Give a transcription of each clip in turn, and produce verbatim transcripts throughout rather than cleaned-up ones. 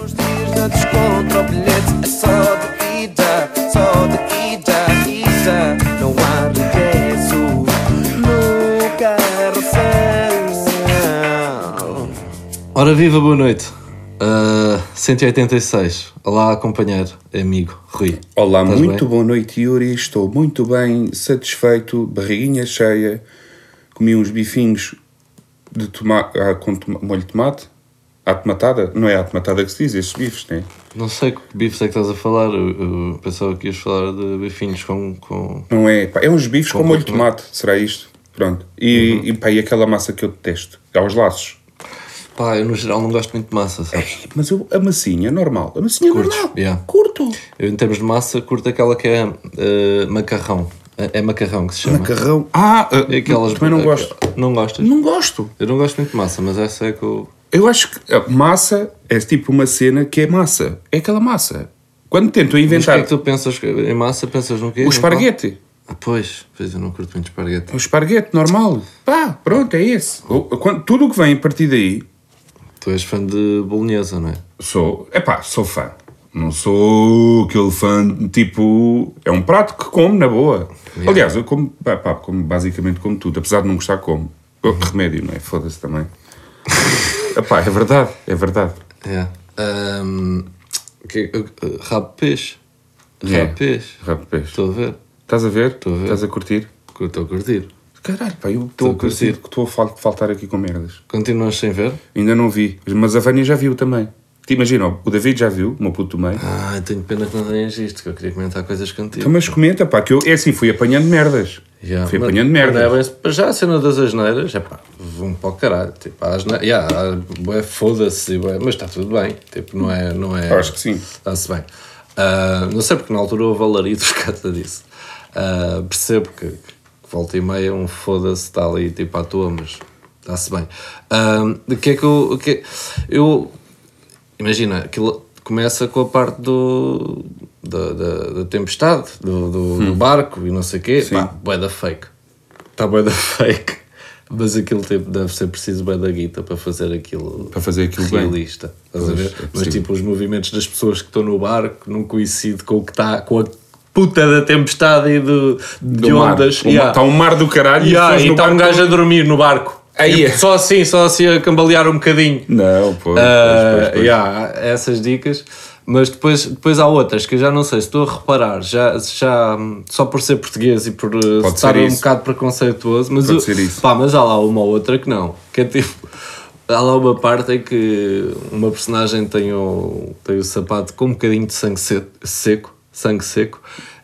Os dias da descontra, o bilhete é só de ida, só de ida, ida. Não há regresso no carrossel. Ora viva, boa noite. Uh, cento e oitenta e seis. Olá, companheiro, amigo, Rui. Olá, Estás muito bem? boa noite, Yuri. Estou muito bem, satisfeito, barriguinha cheia. Comi uns bifinhos de toma- ah, com toma- molho de tomate. À tomatada? Não é à tomatada que se diz, estes bifes, não é? Não sei que bifes é que estás a falar. Eu, eu pensava que ias falar de bifinhos com... com... Não é? Pá, é uns bifes com, Com molho de tomate. tomate, será isto? Pronto. E, Uhum. e, pá, e aquela massa que eu detesto, aos laços. Pá, eu no geral não gosto muito de massa, sabes? Ei, mas eu, a massinha, normal. A massinha Curtes? normal. Yeah. Curto. Eu, em termos de massa, curto aquela que é uh, macarrão. É, é macarrão que se chama. Macarrão. Ah, ah, É aquelas... também não gosto. Não gostas? Não gosto. Eu não gosto muito de massa, mas essa é que eu... Eu acho que a massa é tipo uma cena que é massa. É aquela massa. Quando tentam Mas o que inventar é que tu pensas em massa? Pensas no quê? o No esparguete. Ah, pois, pois eu não curto muito esparguete. O esparguete normal. Pá, pronto, é esse. O- quando- Tudo o que vem a partir daí, Tu és fã de bolonhesa, não é? sou, epá, sou fã. Não sou aquele fã, tipo, é um prato que como na boa. Yeah. Aliás, eu como, pá, pá, como basicamente como tudo, apesar de não gostar como. Oh, remédio, não é? Foda-se também. Epá, é verdade, é verdade. É. Ahm, que, uh, rabo de peixe. Rabo É. de peixe. Rabo de peixe. Estou a ver. Estás a ver? Estou a ver. Estás a curtir? Estou a curtir. Caralho, pá, eu Estou estou a a curtir curtir. que estou a fal- faltar aqui com merdas. Continuas sem ver? Ainda não vi, mas a Vânia já viu também. Te imagina, o David já viu, o meu puto do meio. Ah, tenho pena que não tenhas isto, que eu queria comentar coisas contigo. Então, mas comenta, pá, que eu, é assim, fui apanhando merdas. Yeah, Fui mas- apanhando mas merdas. não é bem- para já a cena das asneiras, é pá, vão para o caralho. Tipo, a asneira, yeah, bué, foda-se, bué, mas está tudo bem. Tipo, não é. Não é Acho que sim. Está-se bem. Ah, não sei porque na altura houve alaridos por causa disso. Ah, percebo que, que volta e meia um foda-se está ali tipo à toa, mas está-se bem. Ah, de que é que eu. o que- eu imagina, aquilo começa com a parte do. Da, da, da tempestade, do, do, do barco e não sei o quê. Sim. Pá, bué da fake. Está bué da fake. Mas aquilo tipo, deve ser preciso bué da guita para fazer aquilo, Para fazer aquilo bem. realista. Estás a Pois, ver? é Mas possível. tipo, os movimentos das pessoas que estão no barco não coincide com o que está, com a puta da tempestade e do, de Do mar. ondas. O- Yeah. Está um mar do caralho e as Yeah, pessoas e no está um barco- gajo a dormir no barco. Aí é. Tipo, só assim, só assim a cambalear um bocadinho. Não, pois, Ah, pois, pois, pois. yeah, essas dicas. Mas depois, depois há outras que eu já não sei se estou a reparar, já, já hum, só por ser português e por uh, Pode estar ser um isso. bocado preconceituoso, mas, Pode eu- ser isso. pá, mas há lá uma ou outra que não, que é tipo, há lá uma parte em que uma personagem tem o, tem o sapato com um bocadinho de sangue se- seco, sangue seco,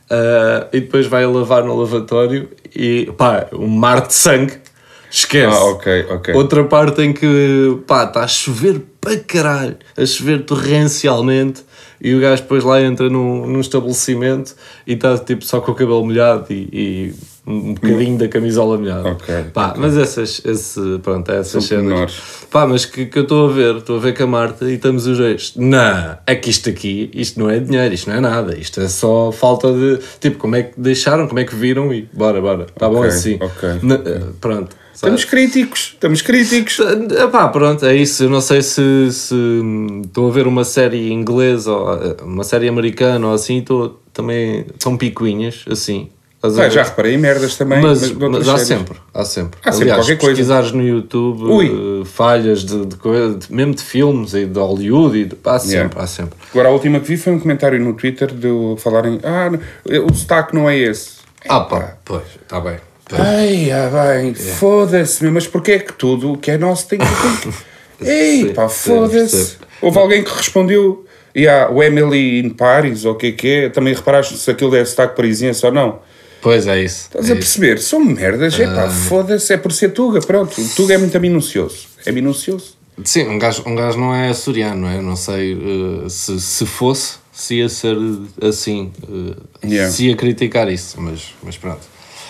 uh, e depois vai a lavar no lavatório e pá, um mar de sangue, esquece. Ah, ok, ok. Outra parte em que, pá, está a chover para caralho, a chover torrencialmente, e o gajo depois lá entra num, num estabelecimento e está tipo só com o cabelo molhado e, e um bocadinho da camisola molhada. Ok, Pá, ok. mas essas, esse, pronto, é essas São cenas. pormenores. Pá, mas que, que eu estou a ver, estou a ver com a Marta e estamos os dois. Não, é que isto aqui, isto não é dinheiro, isto não é nada, isto é só falta de, tipo, como é que deixaram, como é que viram e bora, bora, está bom Ok, assim. ok, Na- ok. Pronto. Estamos sabe? críticos, estamos críticos. Epá, pronto, é isso. Eu não sei se, se hum, estou a ver uma série inglesa ou eh, uma série americana ou assim, estou também. São picuinhas, assim. Estás a Pá, ver? já reparei em merdas também. mas, de outras mas há séries. sempre, há sempre. Há sempre Aliás, qualquer coisa. pesquisares no YouTube Ui. eh, falhas de, de coisa, de- mesmo de filmes e de Hollywood, e de, há sempre, Yeah. há sempre. Agora, a última que vi foi um comentário no Twitter de falarem: Ah, não, o sotaque não é esse. Ah, pá, pois, está bem. Ai, ah, bem, foda-se, meu, mas porquê é que tudo o que é nosso tem que ter? Ei, pá, percebo, foda-se. percebo. Houve alguém que respondeu: yeah, o Emily in Paris, ou o que é que é? Também reparaste se aquilo é sotaque parisiense ou não? Pois é isso. Estás é a isso. perceber? São merdas, é pá, foda-se, é por ser Tuga, pronto. O Tuga é muito minucioso. É minucioso. Sim, um gajo, um gajo não é açoriano, não é? Não sei eh, se, se fosse, se ia ser assim, eh, Yeah. se ia criticar isso, mas, mas pronto.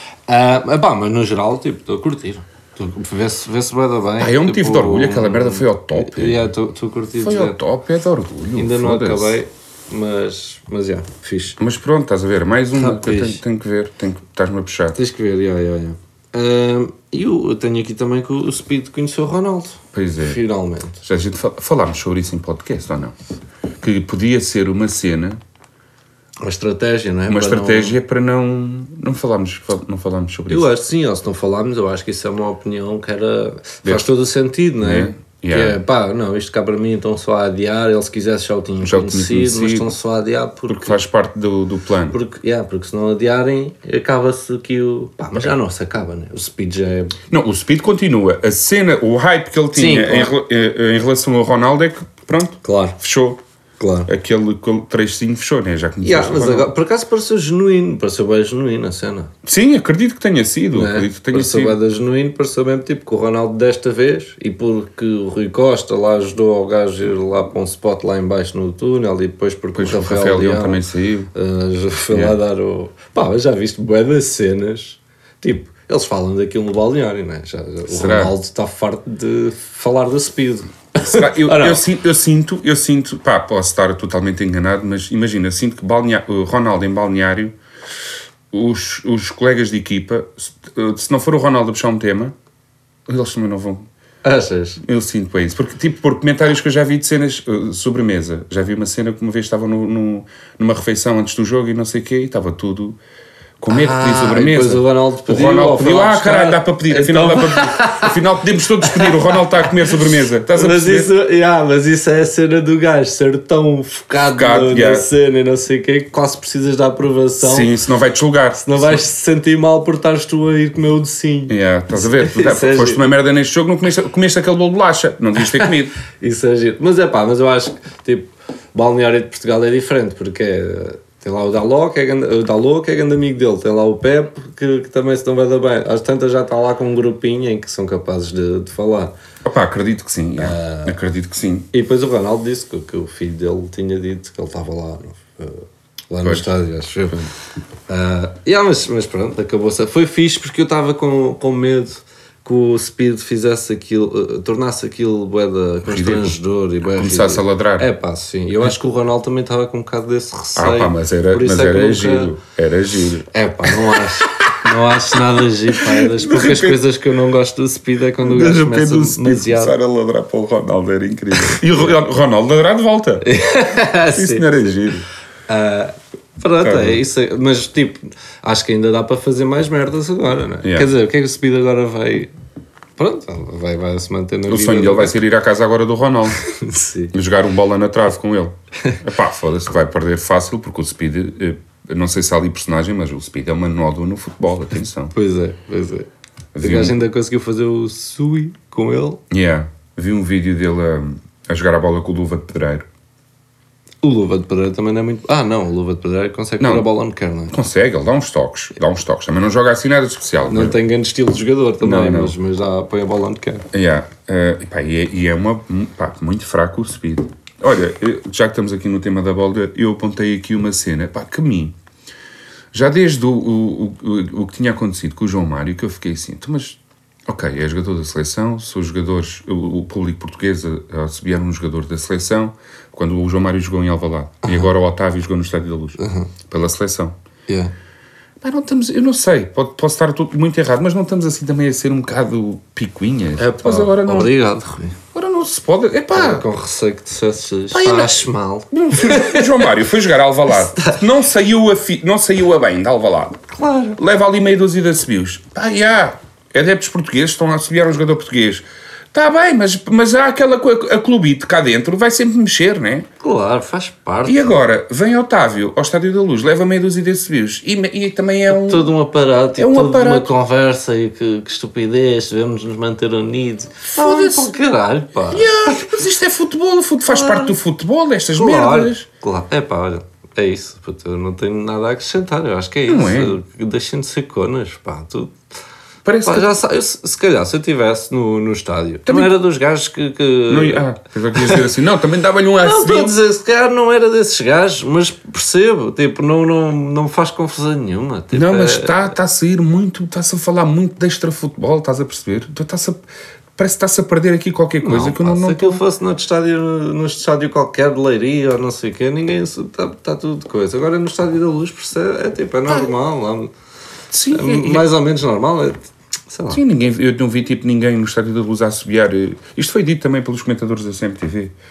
Ah, epá, mas no geral, tipo, estou a curtir. Tô- Vê-se vê-se bem, bem. Ah, é um motivo tipo, de orgulho, aquela merda foi ao top. Estou a curtir. Foi dizer. ao top, é de orgulho. Ainda não foda-se. acabei, mas, mas já, fixe. Mas pronto, estás a ver, mais uma Ah, que eu tenho, fixe. tenho que ver, tenho que estás-me a puxar. Tens que ver, já, já, já. Ah, E eu, eu tenho aqui também que o Speed conheceu o Ronaldo. Pois é. Finalmente. Já a gente fal- falámos sobre isso em podcast ou não? que podia ser uma cena, Uma estratégia, não é? uma Para estratégia para não, não, falarmos, não falarmos sobre não... isso. Eu acho que sim, ou se não falarmos, eu acho que isso é uma opinião que era... faz todo o sentido, não é? É. Yeah. Que é, pá, não, isto cá para mim estão só a adiar, ele se quisesse já o tinha Já o tinha conhecido, conhecido, mas estão só a adiar porque... Porque faz parte do, do plano. Porque, yeah, porque se não adiarem, acaba-se aqui o... Pá, mas já não se acaba, né? O Speed já é... Não, o Speed continua. A cena, o hype que ele tinha Sim, em, claro. rela- em relação ao Ronaldo é que, pronto, Claro, fechou. claro. Aquele trezinho fechou, né? Já conheceste Yeah, o mas Ronaldo. agora, por acaso pareceu genuíno, pareceu bem genuíno a cena. Sim, acredito que tenha sido. Não é? Acredito que tenha Pareceu sido. bem da genuíno, pareceu mesmo tipo que o Ronaldo desta vez, e porque o Rui Costa lá ajudou ao gajo ir lá para um spot lá em baixo no túnel, e depois porque Depois o o Rafael, Rafael Leão Leão também saiu. uh, foi Yeah. lá dar o... Pá, mas já viste bué das cenas, tipo, eles falam daquilo no balneário, não é? Já, já- o Será? Ronaldo está farto de falar do Speed. Será? Eu, Ah, não. eu, sin- eu sinto, eu sinto, pá, posso estar totalmente enganado, mas imagina, sinto que balnea- o Ronaldo em balneário, os, os colegas de equipa, se, se não for o Ronaldo a puxar um tema, eles também não vão. Achas? Eu sinto é isso. Porque, tipo, por comentários que eu já vi de cenas uh, sobremesa. Já vi uma cena que uma vez estava no, no- numa refeição antes do jogo e não sei o quê, e estava tudo com medo de pedir Ah, sobremesa. e depois o Ronaldo pediu, O Ronaldo ou foi pediu, lá ah, buscar. caralho, dá para pedir. Afinal, Então- dá para pedir. Afinal, podemos todos pedir. O Ronaldo está a comer sobremesa. Estás a Mas perceber? isso, yeah, mas isso é a cena do gajo, ser tão focado, Focado, no- na yeah. cena e não sei o quê, que quase precisas da aprovação. Sim, se não vai-te julgar. Não vais te sentir mal por estares tu a ir comer o docinho. Yeah, estás a ver? Isso é Foste giro. uma merda neste jogo, não comeste, comeste aquele bolo de bolacha. Não devias ter comido. Isso é giro. Mas é pá, mas eu acho que tipo, o balneário de Portugal é diferente, porque é, tem lá o Daló, que é grande, o Daló, que é grande amigo dele, tem lá o Pepe, que, que também se não vai dar bem. Às tantas já está lá com um grupinho em que são capazes de, de falar. Opá, acredito que sim. yeah. Acredito que sim. E depois o Ronaldo disse que, que o filho dele tinha dito que ele estava lá no, lá no Pois. estádio, acho eu. Uh, yeah, mas, mas pronto, acabou-se. Foi fixe porque eu estava com, com medo que o Speed fizesse aquilo, uh, tornasse aquilo bué da constrangedor e bué Começasse ridículo. a ladrar. É pá, sim. Eu acho que o Ronaldo também estava com um bocado desse receio. Ah, pá, mas era, por isso mas é que era nunca- giro. Era giro. É pá, não acho. Não acho nada giro, pá. É das poucas repente- coisas que eu não gosto do Speed é quando o De gajo repente começa o Speed demasiado. começar a ladrar para o Ronaldo era incrível. E o Ro- Ronaldo ladrar de volta. Isso Sim. não era giro. Ah, pronto, Tá é bom. isso. é- Mas tipo, acho que ainda dá para fazer mais merdas agora, não é? Yeah. Quer dizer, o que é que o Speed agora vai. Pronto, vai, vai se manter na O vida. sonho dele do- vai ser ir à casa agora do Ronaldo. Sim. E jogar um bola na trave com ele. Epá, foda-se que vai perder fácil porque o Speed, eh, eu não sei se há ali personagem, mas o Speed é uma nódoa no futebol, atenção. Pois é, pois é. O Havia gajo um- ainda conseguiu fazer o Sui com ele. Yeah. Vi um vídeo dele a, a jogar a bola com o Luva de Pedreiro. O Luva de Pedreiro também não é muito. Ah, não, o Luva de Pedreiro consegue Não. pôr a bola onde quer, não é? Consegue, ele dá uns toques, dá uns toques. Também não joga assim nada de especial. Não mas- tem grande estilo de jogador também, Não, não. Mas, mas já põe a bola onde quer. Yeah. eh, e, pá, e, é, e é uma, pá, muito fraco o Speed. Olha, eu- já que estamos aqui no tema da bola, eu apontei aqui uma cena, pá, que a mim, já desde o, o, o, o que tinha acontecido com o João Mário, que eu fiquei assim, "Então, mas, ok, é jogador da seleção, são os jogadores, o, o público português a, a assobiar um jogador da seleção, quando o João Mário jogou em Alvalade, e agora o Otávio jogou no Estádio da Luz, pela seleção. Yeah. Pá, não estamos, eu não sei, pode, posso estar tudo muito errado, mas não estamos assim também a ser um bocado picuinhas. É, pá, mas agora não, obrigado, Rui. agora não se pode. É pá, Com receio que dissesses, Pá, eu não- faz mal. o João Mário foi jogar a Alvalade, não saiu a, fi, não saiu a bem de Alvalade, Claro. leva ali meia dúzia de assobios. Pá, já, adeptos portugueses estão a assobiar um jogador português. Está bem, mas, mas há aquela co- a clubite cá dentro, vai sempre mexer, não é? Claro, faz parte. E agora, vem Otávio ao Estádio da Luz, leva meia dúzia de assobios e, e também é um... Todo um aparato É e um toda uma aparato. conversa e que, que estupidez, devemos nos manter unidos. Foda-se. Ah, para o caralho, pá. Yeah, mas isto é futebol, o fut- faz parte do futebol, estas merdas. Claro, é pá, olha, é isso. Puto, eu não tenho nada a acrescentar, eu acho que é Não isso. Deixem de ser conas, pá. Tu, Parece pá que... já sa- eu, se se calhar, se eu estivesse no, no estádio, Também- não era dos gajos que. que... Não, ia- ah, eu já queria dizer assim, não, também dava-lhe um Não, estou a assobio. dizer, se calhar não era desses gajos, mas percebo, tipo, não, não, não faz confusão nenhuma. Tipo, Não, mas é- está tá a sair muito, está-se a falar muito de extra-futebol, estás a perceber? Tu estás a- parece que está-se a perder aqui qualquer coisa Não, que eu pá, não... se não aquilo fosse no estádio, no estádio qualquer de Leiria ou não sei o quê, ninguém está tá tudo de coisa. Agora no Estádio da Luz percebe, é tipo, é normal, Sim, é, e- mais ou menos normal, é, sei lá. sim, ninguém, eu não vi tipo ninguém no Estádio da Luz a assobiar. eh, Isto foi dito também pelos comentadores da C M T V.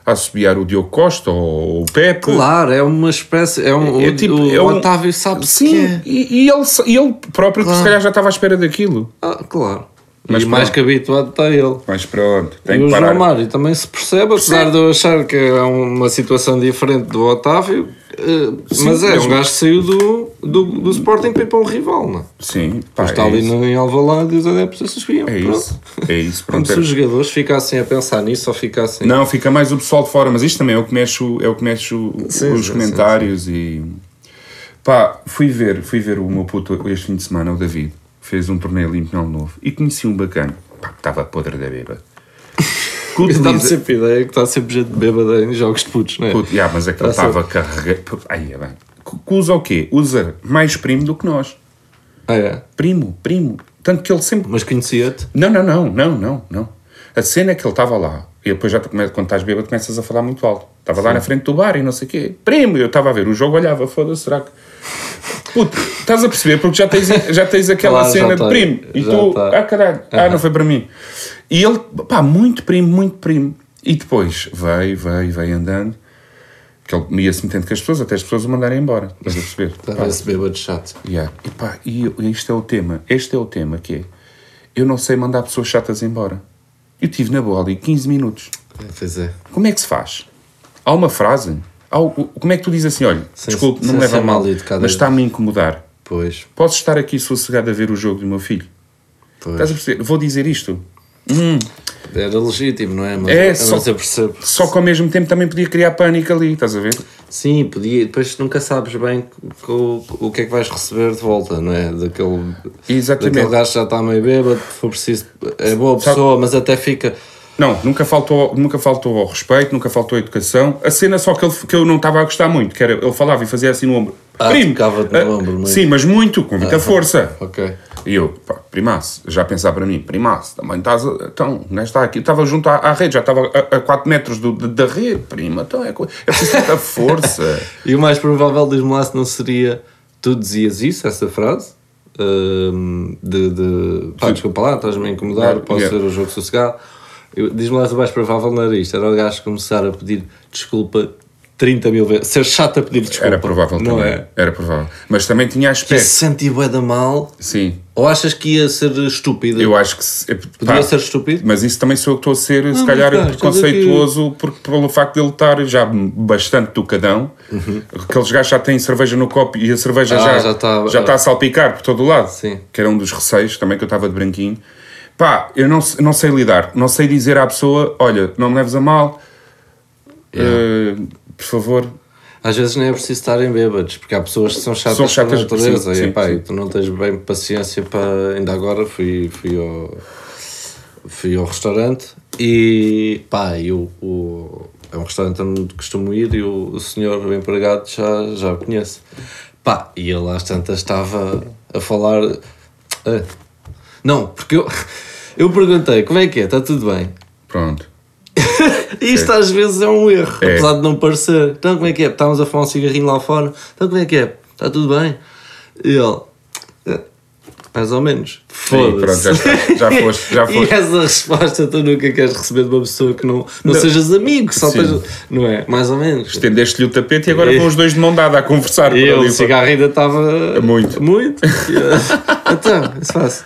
a assobiar o Diogo Costa ou o Pepe. Claro, é uma espécie. É um, É o, tipo- o é um- Otávio sabe Sim, que é. e, e ele, e ele próprio, Claro. se calhar, já estava à espera daquilo. Ah, claro. Mas e mais pronto. que habituado está ele. Mas pronto, tem E que o parar. João Mário também se percebe, apesar de eu achar que é uma situação diferente do Otávio, eh, mas é mas- um gajo que saiu do, do, do Sporting para ir para um rival, não é? Sim, pá, Está é ali isso. no- em Alvalade e os adeptos assobiam. É Pronto. isso, é isso. Como Pronto, se os jogadores ficassem a pensar nisso ou ficassem... Não, fica mais o pessoal de fora, mas isto também é o que mexe, o- é o que mexe o- Sim, os sim, comentários e... Pá, fui ver, fui ver o meu puto este fim de semana, o David, fez um torneio limpo no Ano Novo e conheci um bacana. Pá, estava podre da beba. Que Dá-me utiliza... sempre a ideia que está sempre gente bêbada em jogos de putos, não é? Puto, yeah, mas aquele Está estava carregado... Aí é bem. Que que usa o quê? Usa mais primo do que nós. Ah, é? Primo, primo. Tanto que ele sempre... Mas conhecia-te? Não, não, não, não, não, não. A cena é que ele estava lá. E depois já te come- quando estás bêbado começas a falar muito alto. Estava lá na frente do bar e não sei o quê. Primo, eu estava a ver o jogo, olhava, foda-se, será que... Puto, estás a perceber? Porque já tens, já tens aquela Claro, já cena de tá. primo. E Já tu, tá. ah caralho, ah não foi para mim. E ele, pá, muito primo, muito primo. E depois veio, veio, veio andando. Que ele ia-se metendo com as pessoas, até as pessoas o mandarem embora. Estás a perceber? Estava Pá, esse bêbado chato. yeah. E pá, e eu- este é o tema. Este é o tema que é... Eu não sei mandar pessoas chatas embora. Eu estive na boa ali quinze minutos. É, pois é. Como é que se faz? Há uma frase? Há o- como é que tu dizes assim, olha, Sem- desculpe, não sem me leva ser a mal, mal educado. mas está-me a incomodar. Pois, Posso estar aqui sossegado a ver o jogo do meu filho? Estás a pois. perceber? Vou dizer isto. Era legítimo, não é? Mas, É, mas só- eu percebo. Só que ao mesmo tempo também podia criar pânico ali, estás a ver? Sim, podia. Depois nunca sabes bem o, o que é que vais receber de volta, não é? Daquele, Exatamente. daquele gajo que já está meio bêbado, se for preciso. É boa pessoa, mas até fica. Não, nunca faltou, nunca faltou ao respeito, nunca faltou à educação. A cena só que, ele, que eu não estava a gostar muito, que era, ele falava e fazia assim no ombro. Ah, Primo! tocava-te no Ah, ombro muito. Sim, mas muito, com muita força. Ok. E eu, pá, primaço, já a pensar para mim, primaço, também estás a... Então, não está aqui, eu estava junto à, à rede, já estava a, a quatro metros do, da rede, prima, então é, co- é preciso tanta força. E o mais provável, diz-me lá, se não seria. Tu dizias isso, essa frase? hum, de. de pá, desculpa lá, estás-me a incomodar, Yeah. posso ver o jogo sossegado. Eu- Diz-me lá, se o mais provável não era isto, era o gajo começar a pedir desculpa trinta mil vezes, ser chato a pedir desculpa. Era provável não também, é? era provável. Mas também tinha Que aspecto. se sentir bué da mal, Sim, ou achas que ia ser estúpido? eu acho que... Se, Podia pá, ser estúpido? Mas isso também sou eu que estou a ser, se mas calhar, pá, estás preconceituoso porque, pelo facto de ele estar já bastante tocadão. Aqueles gajos já têm cerveja no copo e a cerveja Ah, já, já tá- já está a salpicar por todo o lado. Sim. Que era um dos receios também que eu estava de branquinho. Pá, eu não, não sei lidar. Não sei dizer à pessoa, olha, não me leves a mal, eh, por favor... Às vezes nem é preciso estarem bêbados, porque há pessoas que são chatas, São chatas, por natureza, sim, e sim, pá, sim. e tu não tens bem paciência para... Ainda agora fui, fui, ao, fui ao restaurante e pá, e o, o, é um restaurante onde costumo ir e o, o senhor, o empregado, já, já o conhece. Pá, e ele às tantas estava a falar... ah, não, porque eu, eu perguntei, como é que é? Está tudo bem? Pronto. Isto às vezes é um erro, É. apesar de não parecer. Então como é que é? Estávamos a fumar um cigarrinho lá fora. Então como é que é? Está tudo bem? E ele, "É, mais ou menos. Sim, pronto, já, Foda-se. está. já foste. Já E foste. essa resposta tu nunca queres receber de uma pessoa que não, não, Não. sejas amigo, só Sim. esteja, não é? Mais ou menos. Estendeste-lhe o tapete e agora E- vão os dois de mão dada a conversar. por E ele, ali, o cigarro ainda estava... Muito. Muito. E eu, então, isso faz.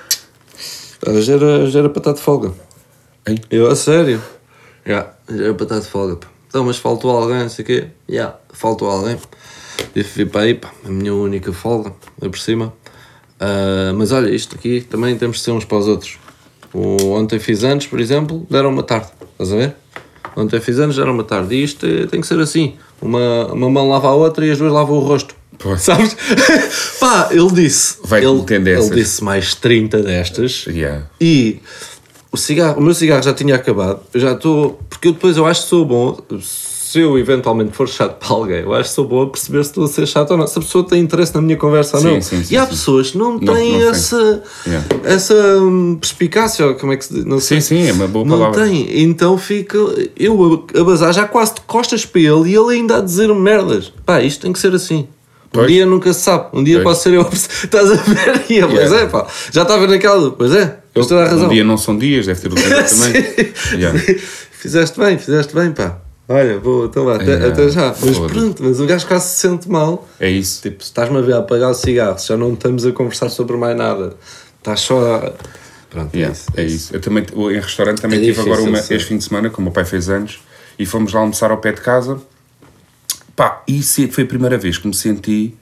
Já era, já era para estar de folga. Ei. Eu, a sério? Já, já era para estar de folga, pá. Então, mas faltou alguém, não sei o quê? Já, faltou alguém. E fui para aí, pá, a minha única folga, lá por cima. Ah, mas olha, isto aqui também temos de ser uns para os outros. O, ontem fiz anos, por exemplo, deram uma tarde, estás a ver? Ontem fiz anos, deram uma tarde. E isto eh, tem que ser assim. Uma, uma mão lava a outra e as duas lavam o rosto. Pois. Sabes? Pá, ele disse. Vai ele, metendo essas. ele disse mais trinta destas. Yeah. E o cigarro, o meu cigarro já tinha acabado. Eu já estou. Porque eu depois eu acho que sou bom. Se eu eventualmente for chato para alguém, eu acho que sou bom a perceber se estou a ser chato ou não. Se a pessoa tem interesse na minha conversa ou Sim, não. sim, sim, e há sim. pessoas que não Não- têm não têm. essa, Yeah. essa hum, perspicácia, ou como é que se diz? Não sei. Sim, sim, é uma boa Não palavra. tem, então fica eu a, a bazar já quase de costas para ele e ele ainda a dizer merdas. Pá, isto tem que ser assim. Um Pois. dia nunca se sabe, um dia Pois. posso ser eu. Estás a ver? E eu, pois Yeah. é, pá, já estava naquela, pois é, tens toda a razão. Um dia não são dias, deve ter o tempo também. Sim. Yeah. Fizeste bem, fizeste bem, pá. Olha, boa, então vá, até, É, até já. Mas foda-se. pronto, mas o gajo quase se sente mal. É isso. Tipo, se estás-me a ver a apagar o cigarro, já não estamos a conversar sobre mais nada. Estás só a... Pronto, Yeah, é isso. é isso. Eu também, em restaurante também É tive difícil, agora uma, sim. este fim de semana, como o meu pai fez anos, e fomos lá almoçar ao pé de casa. Pá, e isso foi a primeira vez que me senti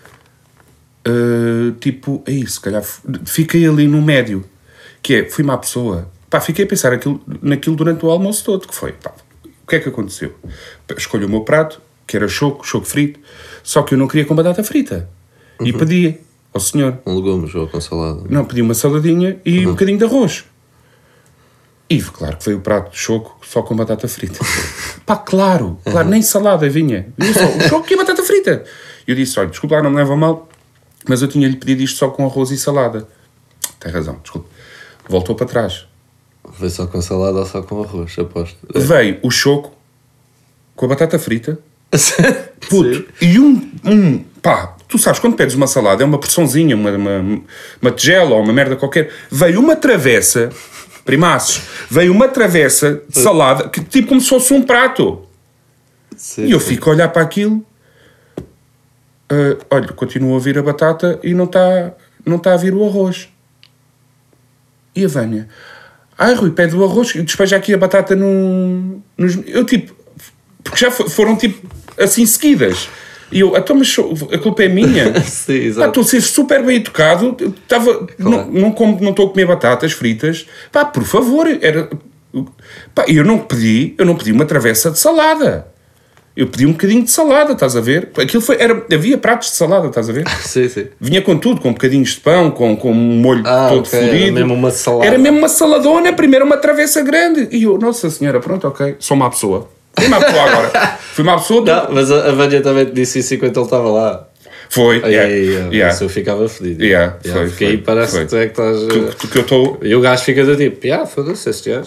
uh, tipo, é isso, se calhar f- fiquei ali no médio, que é, fui má pessoa. Pá, fiquei a pensar aquilo, naquilo durante o almoço todo, que foi, pá, o que é que aconteceu? Escolhi o meu prato, que era choco, choco frito, só que eu não queria com batata frita. E Uhum. pedi ao senhor. Um legumes ou com salada. Não, pedi uma saladinha e um bocadinho de arroz. E claro que veio o prato de choco só com batata frita. Pá, claro, claro, nem salada vinha. Vinha só o choco e a batata frita. E eu disse, olha, desculpa lá, não me leva a mal, mas eu tinha-lhe pedido isto só com arroz e salada. Tem razão, desculpa. Voltou para trás. Foi só com salada ou só com arroz, aposto. Veio o choco com a batata frita. Puto, e um, um, pá, tu sabes, quando pedes uma salada, é uma porçãozinha, uma, uma, uma tigela ou uma merda qualquer, veio uma travessa, primaços, veio uma travessa de salada, que tipo como se fosse um prato. Sim, E eu sim. fico a olhar para aquilo, ah, olha, continuo a vir a batata e não está não tá a vir o arroz. E a Vânia, ai Rui, pede o arroz e despeja aqui a batata no, nos... Eu tipo, porque já fo- foram tipo assim seguidas. E eu, então, mas sou- a culpa é minha? Sim, Pá, exato. estou a ser super bem educado, estava, não, não, como, não estou a comer batatas fritas. Pá, por favor, era... Pá, eu não pedi, eu não pedi uma travessa de salada. Eu pedi um bocadinho de salada, estás a ver? Aquilo foi, era, havia pratos de salada, estás a ver? Sim, sim. Vinha com tudo, com bocadinhos de pão, com, com um molho Ah, todo ok, era florido. mesmo uma salada. Era mesmo uma saladona, primeiro uma travessa grande. E eu, nossa senhora, pronto, ok, sou má pessoa. Fui má pessoa agora. Fui má pessoa. Não, mas a, a Vânia também te disse isso enquanto ele estava lá. Foi, Aí, yeah, aí, yeah. Isso eu ficava fedido. Yeah, foi, porque foi, aí parece foi. que tu é que estás. Tu- tu- que eu estou... E o gajo fica do tipo, ah, foda-se, este gajo.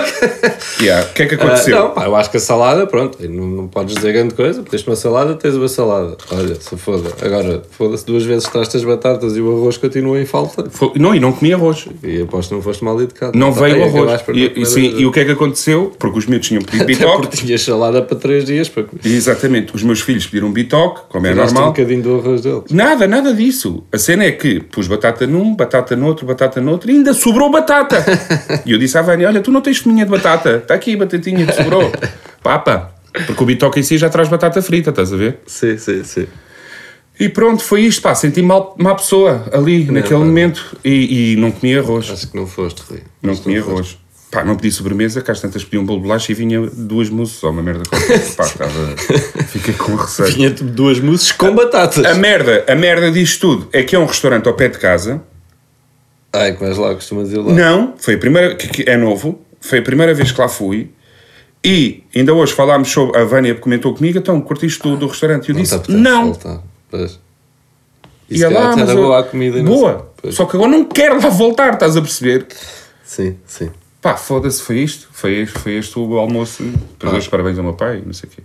Yeah. O que é que Ah, aconteceu? não, pá, eu acho que a salada, pronto, não, não podes dizer grande coisa, pediste uma salada, tens uma salada. Olha, se foda. Agora, foda-se, duas vezes tiraste as batatas e o arroz continua em falta. Foi- não, e não comi arroz. E aposto que não foste mal educado. Não Tá, veio aí o arroz. acabaste por não E, comer e, sim, arroz. e o que é que aconteceu? Porque os miúdos tinham pedido Até bitoque. porque tinhas salada para três dias para comer. E, exatamente, os meus filhos pediram bitoque, como é Tiraste um normal. bocadinho do arroz deles. Nada, nada disso. A cena é que pus batata num, batata no outro, batata no outro e ainda sobrou batata. E eu disse à Vânia, olha, tu não tens fominha de batata? Está aqui a batatinha que sobrou. Papa. Porque o bitoque em si já traz batata frita, estás a ver? Sim, sim, sim. E pronto, foi isto, pá. Senti mal, má pessoa ali, naquele pá. momento. E, e não comi arroz. Acho que não foste, Rui. Não Acho que comi foste. arroz. Pá, não pedi sobremesa, cá às tantas pedi um bolo de bolacha e vinha duas mousses ou uma merda qualquer. Pá, estava... Fiquei com receio. Tinha duas mousses com batatas. A merda, a merda disto tudo é que é um restaurante ao pé de casa. Ai, que vais lá, costumas ir lá. Não, foi a primeira, que que é novo, foi a primeira vez que lá fui. E ainda hoje falámos sobre, a Vânia comentou comigo, então curtiste do, do restaurante? E eu Não disse, te apetece não. voltar. Pois. E E se ela, calhar ah, até mas era eu- boa a comida e não boa. sei. Pois. Só que agora não quero lá voltar, estás a perceber? Sim, sim. Pá, foda-se, foi isto. Foi este, foi este o almoço. Para os parabéns ao meu pai, não sei o quê.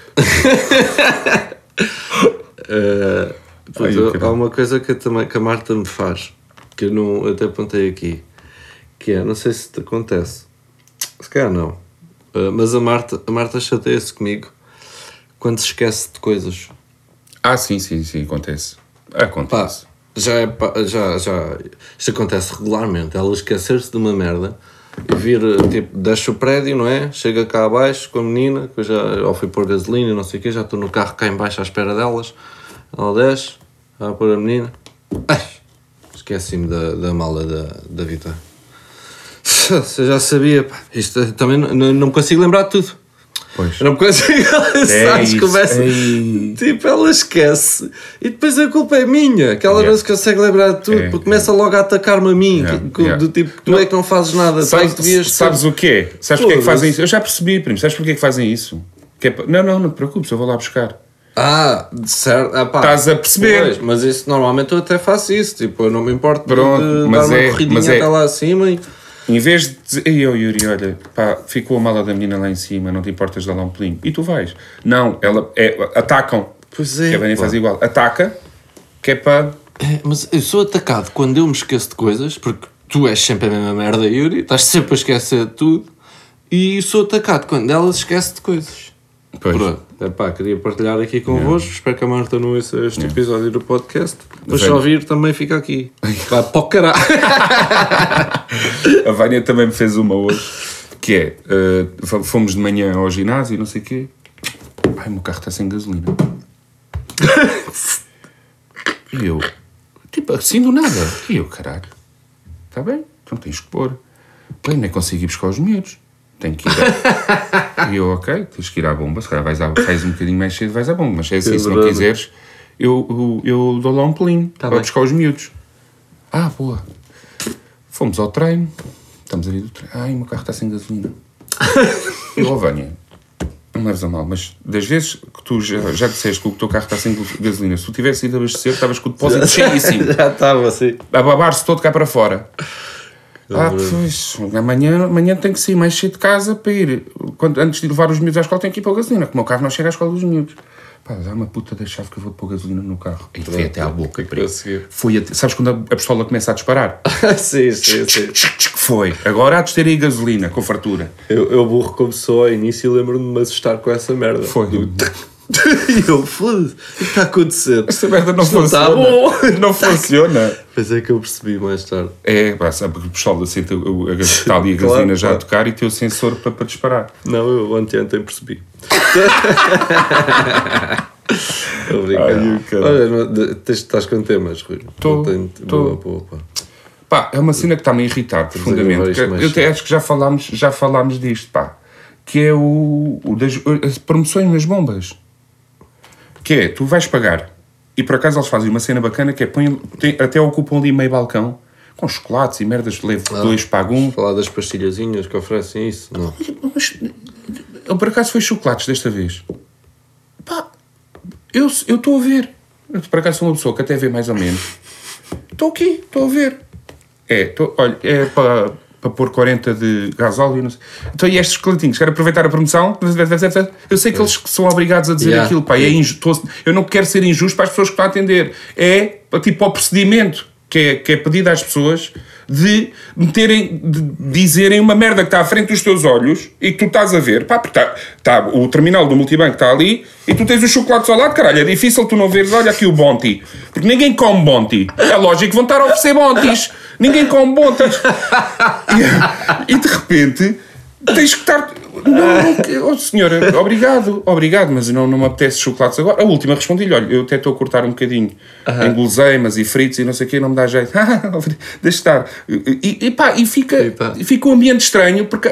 Uh, Ai, puto, caralho. há uma coisa que, eu também, que a Marta me faz, que eu não, até apontei aqui, que é, não sei se te acontece, se calhar não, uh, mas a Marta, a Marta chateia-se comigo quando se esquece de coisas. Ah, sim, sim, sim, acontece. Pá, Acontece. já, é, pá, já, já, isto acontece regularmente, ela esquecer-se de uma merda e vir, tipo, deixa o prédio, não é? Chega cá abaixo com a menina, que eu já ou fui pôr gasolina, não sei o quê, já estou no carro cá em baixo à espera delas, ela desce, vai pôr a menina, ai, esqueci-me da, da mala da, da Vitória. Eu já sabia, pá, isto eu também não, não, não me consigo lembrar de tudo. Pois. Eu não consigo, É sabes, isso, começa, ei. tipo, ela esquece e depois a culpa é minha, que ela Yeah. não se consegue lembrar de tudo, É, porque começa logo a atacar-me a mim, Yeah, que- que- yeah. do tipo, que tu é que não fazes nada, Sabes, tu é que devias sabes ter- o quê? Sabes porque é que Foda-se. fazem isso? Eu já percebi, primo. Sabes porque é que fazem isso? Que é pa- Não, não, não te preocupes, eu vou lá buscar. Ah, certo, ah, pá. Estás a perceber? Pois, mas isso, normalmente eu até faço isso, tipo, eu não me importo Pronto, de, de mas dar uma é- corridinha mas é- até lá acima e... Em vez de dizer, ei, oh, Yuri, olha, pá, ficou a mala da menina lá em cima, não te importas de dar lá um pelinho. E tu vais. Não, ela, é, atacam. Pois é, Que a Vânia pá. faz igual. Ataca, que é para... É, mas eu sou atacado quando eu me esqueço de coisas, porque tu és sempre a mesma merda, Yuri, estás sempre a esquecer de tudo, e sou atacado quando ela se esquece de coisas. Pois. Pronto, epá, queria partilhar aqui convosco. Espero que a Marta não ouça este Yeah. episódio do podcast. Mas Velho. se ouvir, também fica aqui. Vai para o caralho. A Vânia também me fez uma hoje, que é, uh, fomos de manhã ao ginásio e não sei o quê. Ai, o meu carro está sem gasolina. E eu, tipo, assim do nada. E eu, caralho, está bem, então tens que pôr. Bem, nem consigo ir buscar os miúdos. Tenho que ir a... E eu, ok, tens que ir à bomba. Se calhar vais, à... vais um bocadinho mais cedo, vais à bomba. Mas é assim, É se não verdade. quiseres, eu, eu, eu dou lá um pelinho Tá para bem. buscar os miúdos. Ah, boa. Fomos ao treino. Estamos a vir do treino. Ai, o meu carro está sem gasolina. Eu, oh, Vânia, não me leves a mal, mas das vezes que tu já, já disseste que o teu carro está sem gasolina, se tu tivesse ido abastecer, estavas com o depósito cheíssimo. Já estava assim. A babar-se todo cá para fora. Ah, pois, amanhã, amanhã tenho que sair mais cedo de casa para ir. Quando, antes de levar os miúdos à escola, tenho que ir para a gasolina, porque o meu carro não chega à escola dos miúdos. Pá, dá uma puta da chave que eu vou pôr gasolina no carro. E foi até à boca. Para seguir. Foi até, sabes quando a, a pistola começa a disparar? Sim, sim, sim. Foi. Agora há de ter aí gasolina, com fartura. Eu, eu burro como sou ao início e lembro-me de me assustar com essa merda. Foi. Do... E eu, foda-se, o que está a acontecer? Esta merda não Isto não funciona. está bom. Não funciona. Pois é que eu percebi mais tarde. É, pá, sabe, porque o pistola sente o- a, está ali a Claro, gasolina já claro. a tocar e tem o sensor para, para disparar. Não, eu anteontem percebi. Obrigado. Ai, o caralho. Olha, não- de- tens- estás com temas, Rui? Tô, Não tenho- tô. Boa, boa, pá. Pá, é uma cena que está-me a irritar a gravar profundamente. isto que mais Eu até acho que já falámos, já falámos disto, pá. Que é o, o das as promoções nas bombas. Que é, tu vais pagar e por acaso eles fazem uma cena bacana que é, põem, tem- até ocupam ali meio balcão com chocolates e merdas, levo Ah. dois, pago um. Falar das pastilhazinhas que oferecem isso? Não. Mas, eu, por acaso foi chocolates desta vez. Pá, eu eu estou a ver. Eu, por acaso sou uma pessoa que até vê mais ou menos. Estou aqui, estou a ver. É, tô, olha, é para, para pôr quarenta de gasóleo. Não sei. Então, e estes chocolatinhos? Quero aproveitar a promoção. Eu sei que eles são obrigados a dizer Yeah. aquilo. Pá, é inju- tô- eu não quero ser injusto para as pessoas que estão a atender. É tipo ao procedimento que é, que é pedido às pessoas de meterem, de dizerem uma merda que está à frente dos teus olhos e que tu estás a ver. Pá, porque está, está, o terminal do multibanco está ali e tu tens os chocolates ao lado, caralho. É difícil tu não veres, olha aqui o Bonti. Porque ninguém come Bonti. É lógico que vão estar a oferecer Bontis. Ninguém come Bontis. E, e de repente tens que estar... Não, não, oh, senhora, obrigado, obrigado, mas não, não me apetece chocolates agora. A última respondi-lhe, olha, eu até estou a cortar um bocadinho em guloseimas e fritos e não sei o quê, não me dá jeito. Deixa estar. E, e pá, e fica, Eita. e fica um ambiente estranho, porque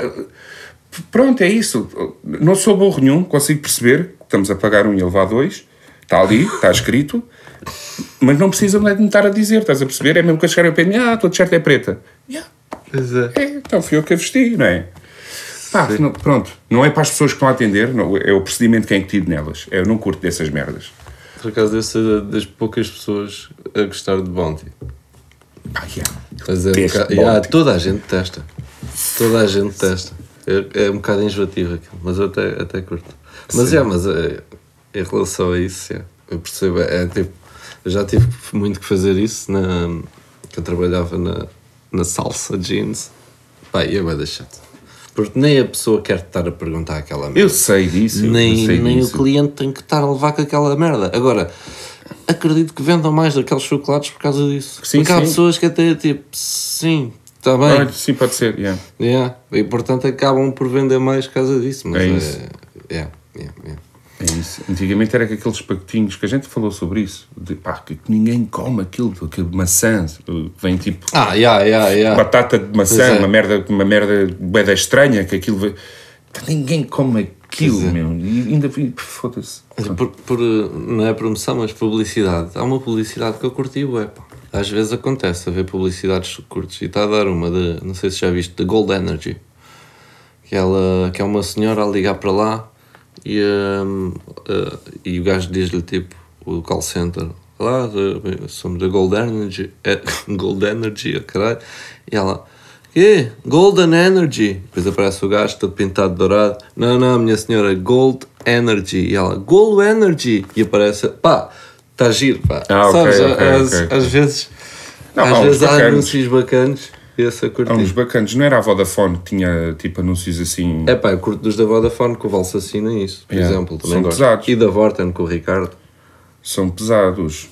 pronto, é isso. Não sou burro nenhum, consigo perceber que estamos a pagar um e a levar dois. Está ali, está escrito, mas não precisa de me estar a dizer, estás a perceber? É mesmo que eu chegar e eu penso, ah, a tua t-shirt é preta. Yeah. Pois é. É, então fui eu que a vesti, não é? Pá, não, pronto, não é para as pessoas que estão a atender, não, é o procedimento que é incutido nelas. Eu não curto dessas merdas. Por acaso, eu sou das poucas pessoas a gostar de Bounty. Pá, yeah. Mas é um Deste bocado, Bounty. yeah, toda a gente testa. Toda a gente testa. É, é um bocado enjoativo aquilo, mas eu até, até curto. Mas Sim. é, mas é, em relação a isso, é, eu percebo. É, tipo, eu já tive muito que fazer isso na, que eu trabalhava na, na Salsa Jeans. Pá, e é bué da chato. Porque nem a pessoa quer estar a perguntar aquela merda. Eu sei disso. Nem, eu sei nem disso. o cliente tem que estar a levar com aquela merda. Agora, acredito que vendam mais daqueles chocolates por causa disso. Sim, Porque há sim. pessoas que até tipo, sim, está bem. Olha, sim, pode ser, yeah. Yeah. E portanto acabam por vender mais por causa disso. Mas É é, isso. yeah, yeah, yeah. É isso. Antigamente era com aqueles pacotinhos que a gente falou sobre isso. De, pá, que ninguém come aquilo, aquele maçã. que Vem tipo Ah, yeah, yeah, yeah. batata de maçã, Pois é. uma merda, uma merda bué da estranha, que aquilo... vem- Pá, ninguém come aquilo, Pois é. meu. E ainda... Foda-se. Por, por, não é promoção, mas publicidade. Há uma publicidade que eu curti, ué, pá. Às vezes acontece a ver publicidades que curtes. E está a dar uma de, não sei se já viste, da Gold Energy. Que, ela, que é uma senhora a ligar para lá e, hum, uh, e o gajo diz-lhe tipo, o call center, lá, de- somos da Gold Energy, é, Gold Energy, caralho. E ela, quê? Golden Energy. Depois aparece o gajo todo pintado de dourado. Não, não, minha senhora, Gold Energy. E ela, Gold Energy. E aparece, pá, está giro, pá. Ah, ok, Sabes, ok, às, ok. às vezes, Não, às há uns vezes há bacanas. anúncios bacanas. Esse eu curti. Há uns bacanas. Não era a Vodafone que tinha tipo anúncios assim. É pá, eu curto dos da Vodafone com o Valsacina e isso, por Yeah. exemplo. Também São gosto. pesados. E da Vorten com o Ricardo. São pesados.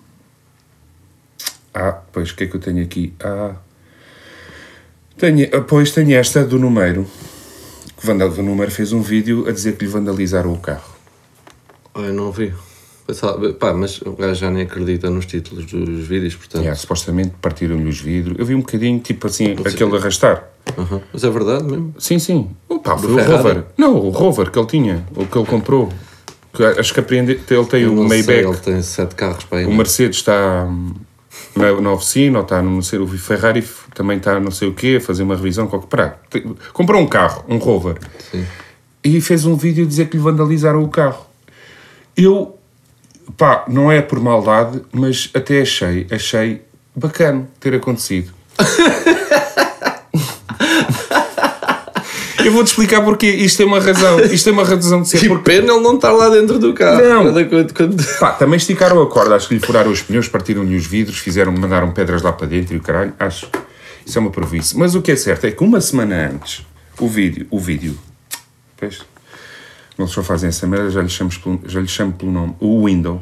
Ah, pois o que é que eu tenho aqui? Ah. Tenho, ah, pois tenho esta do Numeiro. Que o Vandal- o Numeiro fez um vídeo a dizer que lhe vandalizaram o carro. Oh, eu não vi. Pensava- Pá, mas o gajo já nem acredita nos títulos dos vídeos, portanto. Yeah, supostamente partiram-lhe os vidros. Eu vi um bocadinho, tipo assim, aquele arrastar. Uhum. Mas é verdade mesmo. Sim, sim. Opa, foi o Ferrari? Rover. Não, o Rover que ele tinha, o que ele comprou. Que acho que apreende, ele tem Eu o não sei, Maybach. ele tem sete carros para aí. O não é? Mercedes está hum, na, na oficina, ou está no não sei, o Ferrari f- também está não sei o quê, a fazer uma revisão. Qualquer, pá, te- comprou um carro, um Rover. Sim. E fez um vídeo a dizer que lhe vandalizaram o carro. Eu, pá, não é por maldade, mas até achei, achei bacana ter acontecido. Eu vou-te explicar porque isto tem uma razão. Isto tem uma razão de ser. Que Porque, pena ele não estar lá dentro do carro. Não. Cada quando- quando- pá, também esticaram a corda. Acho que lhe furaram os pneus, partiram-lhe os vidros, fizeram, mandaram pedras lá para dentro e o caralho. Acho. Isso é uma provície. Mas o que é certo é que uma semana antes, o vídeo, o vídeo, pois, eles só fazem essa merda, já lhe chamo pelo, já lhe chamo pelo nome, o Window.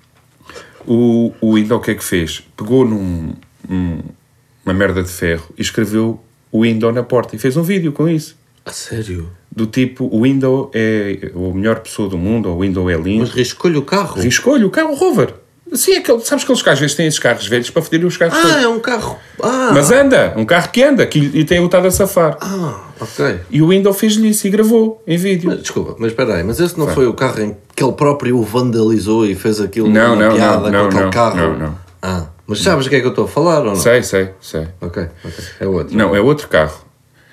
O, o Window o que é que fez? Pegou num, num- uma merda de ferro e escreveu o Window na porta e fez um vídeo com isso. A sério? Do tipo, o Window é a melhor pessoa do mundo, ou o Window é lindo. Mas riscou-lhe o carro? Riscou-lhe o carro Rover. Sim, aquele, sabes que eles às vezes têm esses carros velhos para foderem os carros Ah, todos. é um carro. Ah, Mas anda, um carro que anda que, e tem o estado a safar. ah ok. E o Window fez-lhe isso e gravou em vídeo. Mas, desculpa, mas espera aí, mas esse não foi o carro em que ele próprio o vandalizou e fez aquilo Não, numa não, piada não, com aquele não, carro? não, não. Ah, mas sabes o que é que eu estou a falar ou não? Sei, sei, sei. Ok, ok. É outro. Não, é outro carro.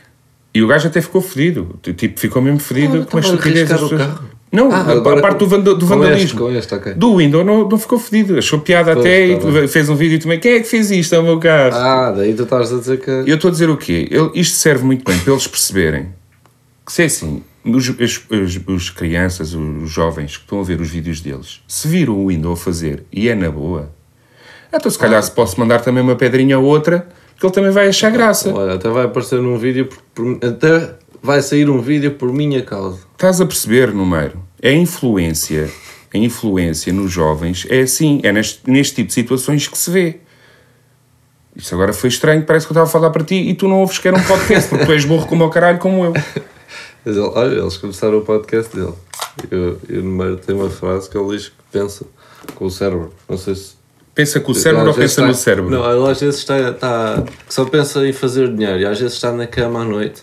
E o gajo até ficou fedido. Tipo, ficou mesmo fedido Ah, com a estava a estupidez arriscar das o pessoas. carro? Não, Ah, a, agora a parte do, com- vanda- do com vandalismo. este, com este, ok. Do Window não, não ficou fedido. Achou piada Pois, até tá e bem. fez um vídeo também. Quem é que fez isto ao meu carro? Ah, daí tu estás a dizer que... Eu estou a dizer o quê? Ele- isto serve muito bem para eles perceberem que se é assim, os, os, os, os crianças, os jovens que estão a ver os vídeos deles, se viram o Window a fazer e é na boa, então se calhar se posso mandar também uma pedrinha ou outra, que ele também vai achar graça. Olha, até vai aparecer num vídeo, por, por- até vai sair um vídeo por minha causa. Estás a perceber, Numeiro? É a influência, a influência nos jovens é assim, é neste, neste tipo de situações que se vê. Isto agora foi estranho, parece que eu estava a falar para ti e tu não ouves que era um podcast, porque tu és burro como o caralho, como eu. Mas ele, olha, eles começaram o podcast dele. Eu, eu no meio tem uma frase que ele diz que pensa com o cérebro. Não sei se... Pensa com o cérebro ou Às vezes pensa no está- cérebro? Não, ele às vezes está, está... que só pensa em fazer dinheiro. E às vezes está na cama à noite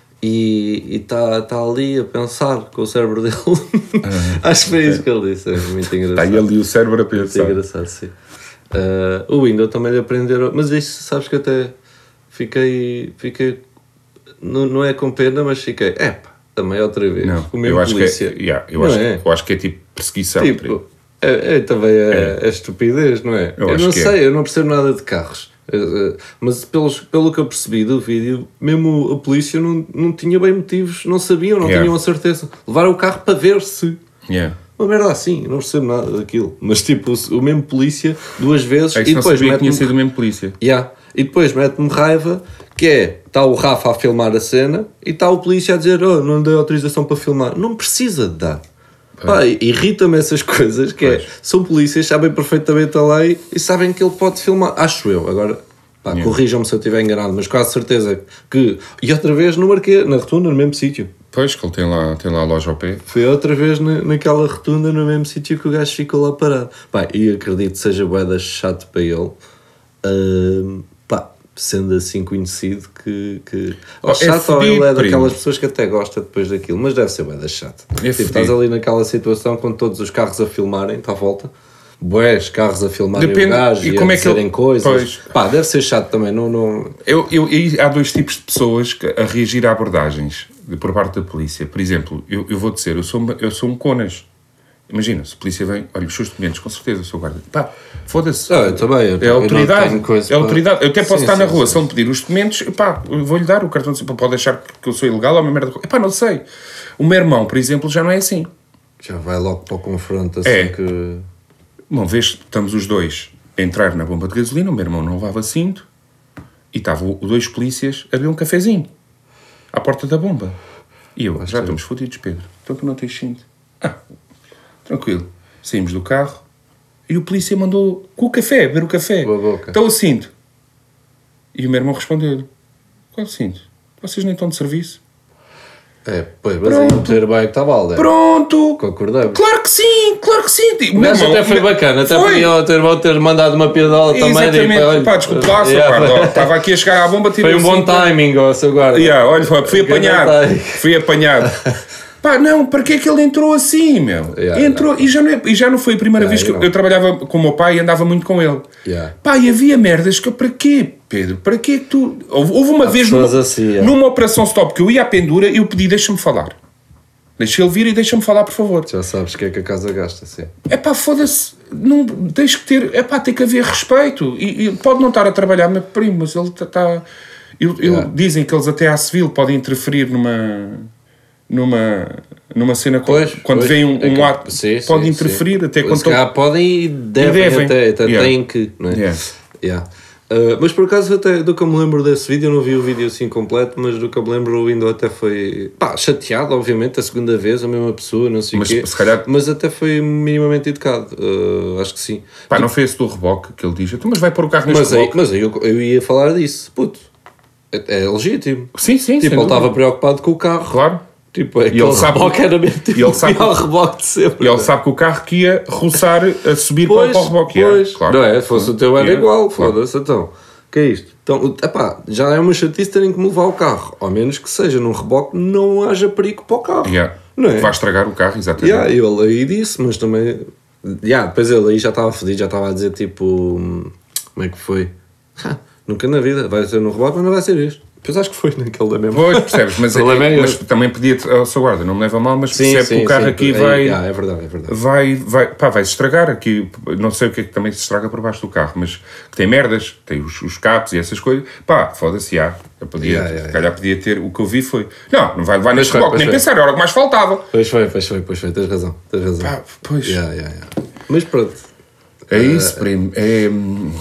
e, e está, está ali a pensar com o cérebro dele. Acho que foi isso que ele disse. É muito engraçado. Está aí ali o cérebro a Muito pensar. engraçado, sim. Uh, o Windows também lhe aprenderam, mas isso sabes que até fiquei, fiquei não, não é com pena, mas fiquei, epá, também outra vez, Não, o mesmo eu acho, que polícia. é, yeah, eu, Não acho, é? eu acho que é tipo perseguição. Tipo, é, é, também é, é estupidez, não é? Eu Eu, acho não que é. sei, eu não percebo nada de carros. Uh, uh, Mas pelos, pelo que eu percebi do vídeo, mesmo a polícia não, não tinha bem motivos, não sabiam, não Yeah. tinham a certeza. Levaram o carro para ver se. Yeah. Uma merda assim, não percebo nada daquilo. Mas tipo, o, o mesmo polícia duas vezes É que e não depois sabia que tinha mete-me sido mesmo polícia. Yeah. E depois mete-me raiva, que é, está o Rafa a filmar a cena e está o polícia a dizer, oh, não dei autorização para filmar. Não precisa de dar. Pá, irrita-me essas coisas, que Pois. é, são polícias, sabem perfeitamente a lei e sabem que ele pode filmar. Acho eu. Agora, pá, Yeah. corrijam-me se eu estiver enganado, mas quase certeza que... E outra vez no Marquês, na rotunda, no mesmo sítio. Pois, que ele tem lá, tem lá a loja ao pé. Foi outra vez na, naquela rotunda, no mesmo sítio que o gajo ficou lá parado. Pá, e acredito que seja bué chato para ele. Ahm, pá, sendo assim conhecido que... que... Ou Oh, é chato, ou ele fedido, é daquelas primo. pessoas que até gosta depois daquilo. Mas deve ser bué chato. É tipo, fedido. estás ali naquela situação com todos os carros a filmarem, está à volta. Bués carros a filmarem Depende- o gajo e e, como a é que ele- dizerem coisas. Pois. Pá, deve ser chato também. Não, não... Eu, eu, e há dois tipos de pessoas que- a reagir a abordagens de- por parte da polícia. Por exemplo, eu, eu vou dizer, eu sou, uma- eu sou um conas. Imagina, se a polícia vem, olha, os seus documentos, com certeza, eu sou guarda. Pá, foda-se. Ah, eu também, eu- é eu a não autoridade. tenho coisa É a para- autoridade. Eu até posso Sim, estar na sim, rua, sim. se ele me pedir os documentos, pá, eu vou-lhe dar o cartão de cidadão. Pode achar que eu sou ilegal ou uma merda. Pá, não sei. O meu irmão, por exemplo, já não é assim. Já vai logo para o confronto assim É. que... Uma vez estamos os dois a entrar na bomba de gasolina, o meu irmão não levava cinto, E estavam dois polícias a beber um cafezinho à porta da bomba. E eu, já estamos fodidos, Pedro. Então tu não tens cinto. Ah, tranquilo. Saímos do carro e o polícia mandou com o café, beber o café. Boa boca. Então o cinto. E o meu irmão respondeu: qual cinto? Vocês nem estão de serviço? É, pois, mas aí meter bem que está balde. Pronto! Concordamos. Claro que sim, claro que sim. O gajo até foi bacana, até foi. podia ter, ter mandado uma piadola também. Exatamente. Olha, Pá, desculpa lá, seu yeah. guarda. Estava aqui a chegar à bomba. Foi um bom timing, ó, seu guarda. Yeah, olha, fui apanhado. Ganda Fui apanhado. Pá, não, para que é que ele entrou assim, meu? Yeah, entrou, yeah. E, já não é, e já não foi a primeira Yeah, vez que eu, não. eu trabalhava com o meu pai e andava muito com ele. Yeah. Pá, e havia merdas que eu, para quê, Pedro? Para quê que tu... Houve, houve uma Há vez pessoas numa, assim, yeah. numa operação stop que eu ia à pendura e eu pedi, deixa-me falar. Deixa ele vir e deixa-me falar, por favor. Já sabes que é que a casa gasta, sim. É pá, foda-se, não, tens que ter, é pá, tem que haver respeito. E, e pode não estar a trabalhar, meu primo, mas ele está... Tá, eu, eu, Yeah. dizem que eles até à civil podem interferir numa... numa... numa cena Pois, quando pois, vem um, é um que- ato, sim, pode sim, interferir sim. até Se quando calhar podem e devem, E devem. até, até Yeah. têm que, não é? Yeah. Yeah. Uh, mas por acaso até do que eu me lembro desse vídeo, eu não vi o vídeo assim completo, mas do que eu me lembro o Indo até foi, pá, chateado, obviamente, a segunda vez, a mesma pessoa, não sei o Mas, quê, se calhar- mas até foi minimamente educado, uh, acho que sim. Pá, não foi esse do reboque que ele diz, então, mas vai pôr o carro neste Mas aí, reboque. mas aí eu, eu ia falar disso, puto, é, é legítimo. Sim, sim, Tipo, sem ele dúvida. estava preocupado com o carro. Claro. Tipo, aquele ele sabe- reboque era mesmo tipo, e ele sabe- o pior reboque de sempre. E ele sabe que o carro que ia roçar a subir Pois, para o reboque. pois. Claro. Não é? Se fosse o teu era Yeah, igual, claro. foda-se, então. O que é isto? Então, epá, já é uma chatice terem que me levar o carro. Ao menos que seja num reboque, não haja perigo para o carro. Yeah. Não é? Vai estragar o carro, exatamente. Yeah, ele aí disse, mas também... Yeah, depois ele aí já estava fedido, já estava a dizer tipo... hum, Como é que foi? Ah, nunca na vida, vai ser num reboque, mas não vai ser isto. Depois acho que foi naquele da mesma. Pois, percebes, mas, O problema é mas esse. também podia, ao seu guarda, não me leva a mal, mas Sim, percebe sim, que o carro sim. aqui É, vai, yeah, é verdade, é verdade. vai, vai, pá, vai se estragar aqui, não sei o que é que também se estraga por baixo do carro, mas que tem merdas, tem os, os capos e essas coisas, pá, foda-se, já, eu podia, Yeah, yeah, se calhar podia ter, o que eu vi foi, não, não vai levar neste foi, bloco, pois nem foi. pensar, era o que mais faltava. Pois foi, pois foi, pois foi, tens razão, tens razão. Pá, pois. Yeah, yeah, yeah. Mas pronto. É isso, primo. É,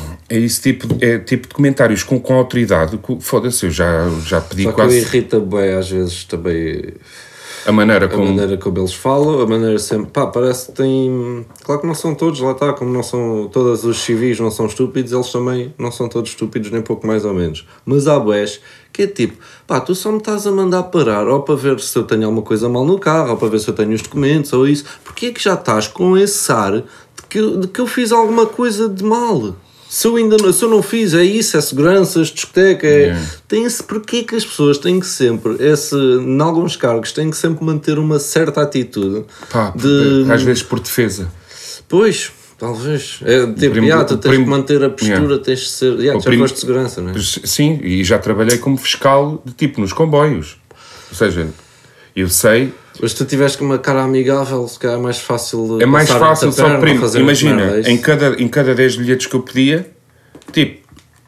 é esse tipo, de- é tipo de comentários com, com autoridade. que, Foda-se, eu já, já pedi Só que quase eu irrita bem às vezes também a maneira a como. maneira como eles falam, a maneira sempre. Pá, parece que tem. Claro que não são todos, lá está, como não são. Todos os civis não são estúpidos, eles também não são todos estúpidos, nem pouco mais ou menos. Mas há bués que é tipo, pá, tu só me estás a mandar parar, ou para ver se eu tenho alguma coisa mal no carro, ou para ver se eu tenho os documentos, ou isso. Porquê é que já estás com esse ar de que, eu- de que eu fiz alguma coisa de mal? Se eu ainda não, se eu não fiz, é isso, é seguranças, discoteca, é... Yeah. Tem-se, porquê que as pessoas têm que sempre, esse, em alguns cargos, têm que sempre manter uma certa atitude Pá, de... às vezes por defesa. Pois, talvez. É, tipo, primo- yeah, tu o tens primo- que manter a postura, Yeah. tens de ser... Yeah, O já primo- foste de segurança, não é? Sim, e já trabalhei como fiscal de tipo nos comboios. Ou seja, eu sei, Mas se tu tiveste com uma cara amigável, se calhar é mais fácil... é mais passar-te a fácil, só perna, que primo, fazer imagina, merda, é isso? em cada, em cada dez bilhetes que eu pedia, tipo,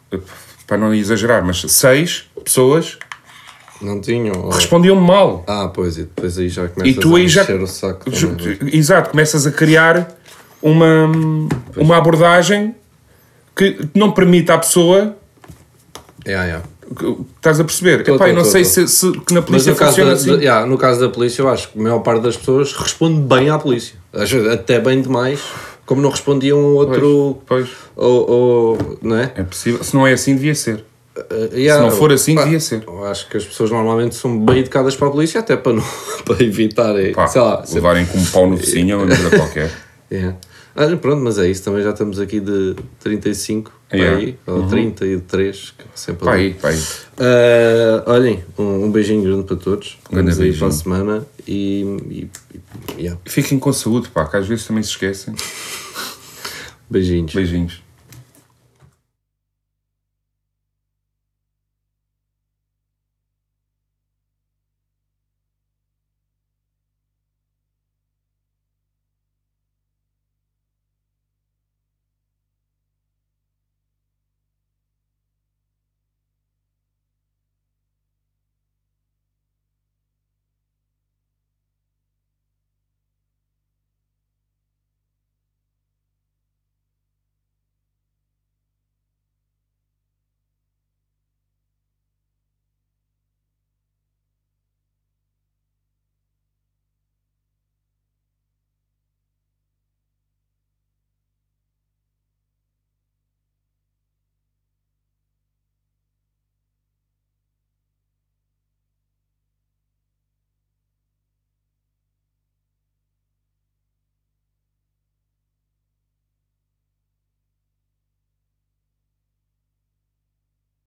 para não exagerar, mas seis pessoas Não tinham? ou- respondiam-me mal. Ah, pois, e depois aí já começas E tu a aí já. encher o saco. ju- também. Exato, começas a criar uma, uma abordagem que não permite à pessoa. Yeah, yeah. que- Estás a perceber? Tô, Epá, tô, eu não tô, sei tô. se, se que na Mas polícia no caso, funciona da, assim. de- yeah, no caso da polícia, eu acho que a maior parte das pessoas responde bem à polícia. Às vezes até bem demais, como não respondiam a outro... Pois, pois. Ou, ou, não é? É possível. Se não é assim, devia ser. Uh, yeah, Se não for assim, pá, devia ser. Eu acho que as pessoas normalmente são bem educadas para a polícia, até para, não, para evitarem, Pá, sei lá... sempre- levarem com um pau no vizinho ou uma coisa qualquer. Yeah. Ah, pronto, mas é isso, também já estamos aqui de trinta e cinco, Yeah. para aí, ou trinta e três, que é sempre Pá ali. aí, pá aí. Uh, olhem, um, um beijinho grande para todos. Um grande Vamos aí beijinho. para a semana e. e, e yeah. Fiquem com saúde, pá, que às vezes também se esquecem. Beijinhos. Beijinhos.